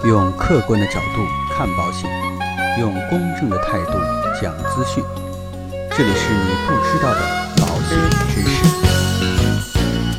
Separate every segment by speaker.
Speaker 1: 用客观的角度看保险，用公正的态度讲资讯。这里是你不知道的保险知识。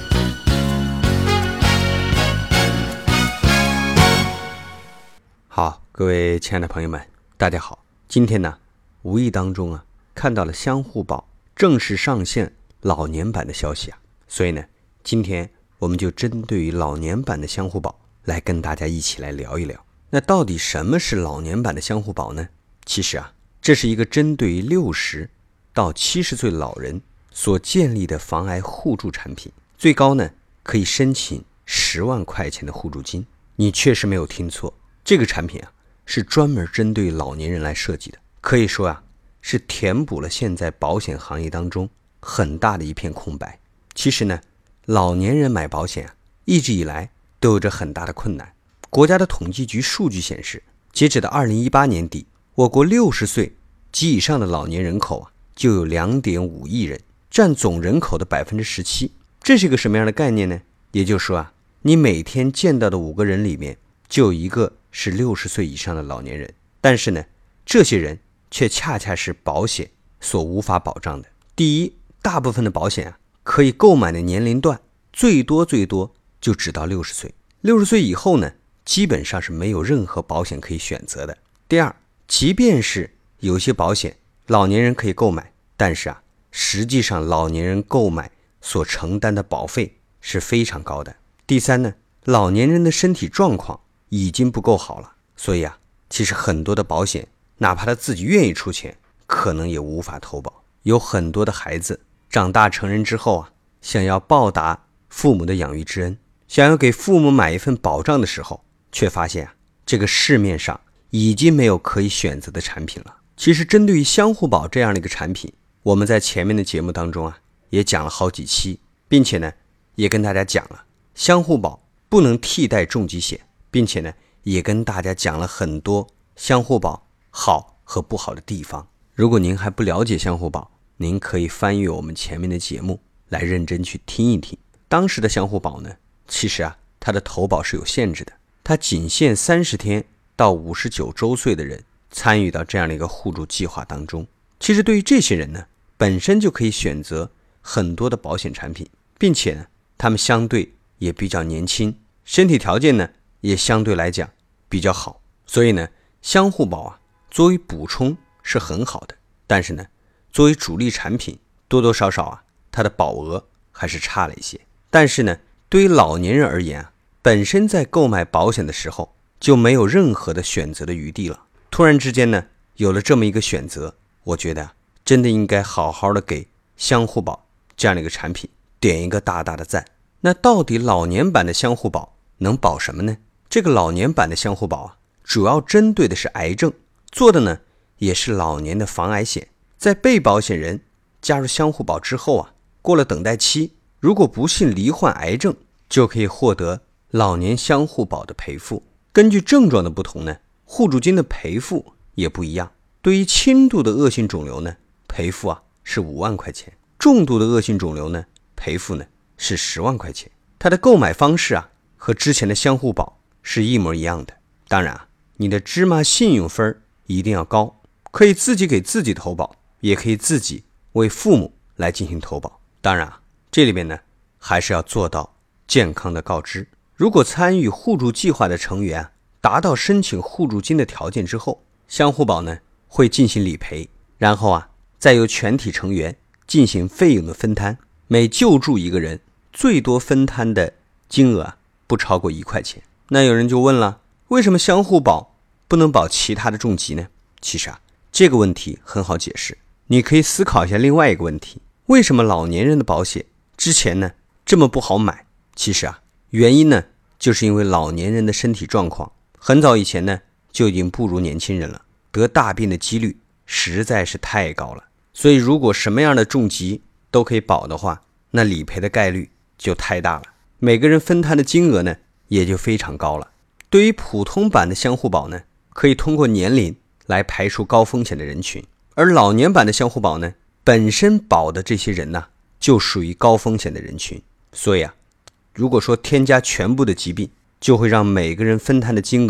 Speaker 1: 好，各位亲爱的朋友们，大家好。今天呢，无意当中看到了相互保正式上线老年版的消息所以呢，今天我们就针对于老年版的相互保来跟大家一起来聊一聊。那到底什么是老年版的相互保呢？其实这是一个针对于60到70岁老人所建立的防癌互助产品，最高呢可以申请10万块钱的互助金。你确实没有听错，这个产品是专门针对老年人来设计的，可以说是填补了现在保险行业当中很大的一片空白。其实呢，老年人买保险一直以来都有着很大的困难。国家的统计局数据显示，截止到2018年底，我国60岁及以上的老年人口就有 2.5 亿人，占总人口的 17%。 这是一个什么样的概念呢？也就是说你每天见到的5个人里面就有1个是60岁以上的老年人，但是呢，这些人却恰恰是保险所无法保障的。第一，大部分的保险可以购买的年龄段最多就只到60岁，60岁以后呢，基本上是没有任何保险可以选择的。第二，即便是有些保险老年人可以购买，但是实际上老年人购买所承担的保费是非常高的。第三呢，老年人的身体状况已经不够好了，所以其实很多的保险哪怕他自己愿意出钱，可能也无法投保。有很多的孩子长大成人之后想要报答父母的养育之恩，想要给父母买一份保障的时候，却发现这个市面上已经没有可以选择的产品了。其实针对于相互保这样的一个产品，我们在前面的节目当中也讲了好几期，并且呢也跟大家讲了相互保不能替代重疾险，并且呢也跟大家讲了很多相互保好和不好的地方。如果您还不了解相互保，您可以翻阅我们前面的节目来认真去听一听。当时的相互保呢，其实它的投保是有限制的，它仅限30天到59周岁的人参与到这样的一个互助计划当中。其实对于这些人呢，本身就可以选择很多的保险产品，并且呢，他们相对也比较年轻，身体条件呢也相对来讲比较好，所以呢，相互保作为补充是很好的，但是呢，作为主力产品，多多少少它的保额还是差了一些。但是呢，对于老年人而言本身在购买保险的时候就没有任何的选择的余地了。突然之间呢，有了这么一个选择，我觉得真的应该好好的给相互保这样的一个产品点一个大大的赞。那到底老年版的相互保能保什么呢？这个老年版的相互保主要针对的是癌症，做的呢也是老年的防癌险。在被保险人加入相互保之后过了等待期，如果不幸罹患癌症，就可以获得老年相互保的赔付。根据症状的不同呢，互助金的赔付也不一样。对于轻度的恶性肿瘤呢，赔付是5万块钱，重度的恶性肿瘤呢，赔付呢是10万块钱。它的购买方式和之前的相互保是一模一样的。当然你的芝麻信用分一定要高，可以自己给自己投保，也可以自己为父母来进行投保。当然这里面呢还是要做到健康的告知。如果参与互助计划的成员达到申请互助金的条件之后，相互保呢会进行理赔，然后再由全体成员进行费用的分摊，每救助一个人最多分摊的金额不超过1块钱。那有人就问了，为什么相互保不能保其他的重疾呢？其实这个问题很好解释，你可以思考一下另外一个问题，为什么老年人的保险之前呢这么不好买？其实原因呢就是因为老年人的身体状况很早以前呢就已经不如年轻人了，得大病的几率实在是太高了。所以如果什么样的重疾都可以保的话，那理赔的概率就太大了，每个人分摊的金额呢也就非常高了。对于普通版的相互保呢，可以通过年龄来排除高风险的人群，而老年版的相互保呢，本身保的这些人呢就属于高风险的人群，所以如果说添加全部的疾病，就会让每个人分摊的金额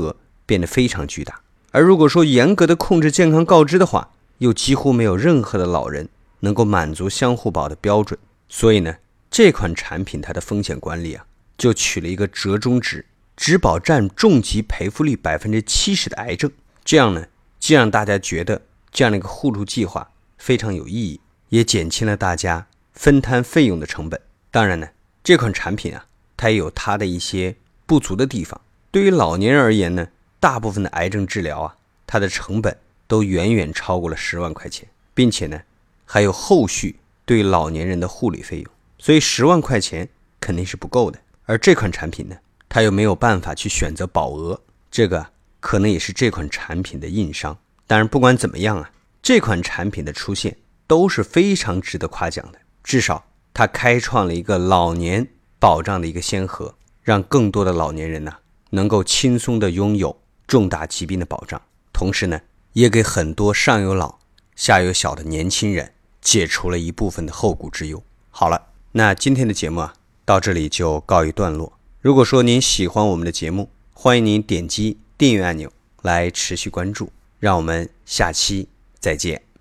Speaker 1: 变得非常巨大。而如果说严格的控制健康告知的话，又几乎没有任何的老人能够满足相互保的标准。所以呢，这款产品它的风险管理就取了一个折中值，只保占重疾赔付率 70% 的癌症。这样呢，既让大家觉得这样的一个护助计划非常有意义，也减轻了大家分摊费用的成本。当然呢，这款产品它也有它的一些不足的地方。对于老年人而言呢，大部分的癌症治疗它的成本都远远超过了10万块钱，并且呢，还有后续对老年人的护理费用，所以10万块钱肯定是不够的。而这款产品呢，它又没有办法去选择保额，这个可能也是这款产品的硬伤。当然不管怎么样这款产品的出现都是非常值得夸奖的，至少它开创了一个老年保障的一个先河，让更多的老年人能够轻松的拥有重大疾病的保障，同时呢，也给很多上有老下有小的年轻人解除了一部分的后顾之忧。好了，那今天的节目到这里就告一段落。如果说您喜欢我们的节目，欢迎您点击订阅按钮来持续关注，让我们下期再见。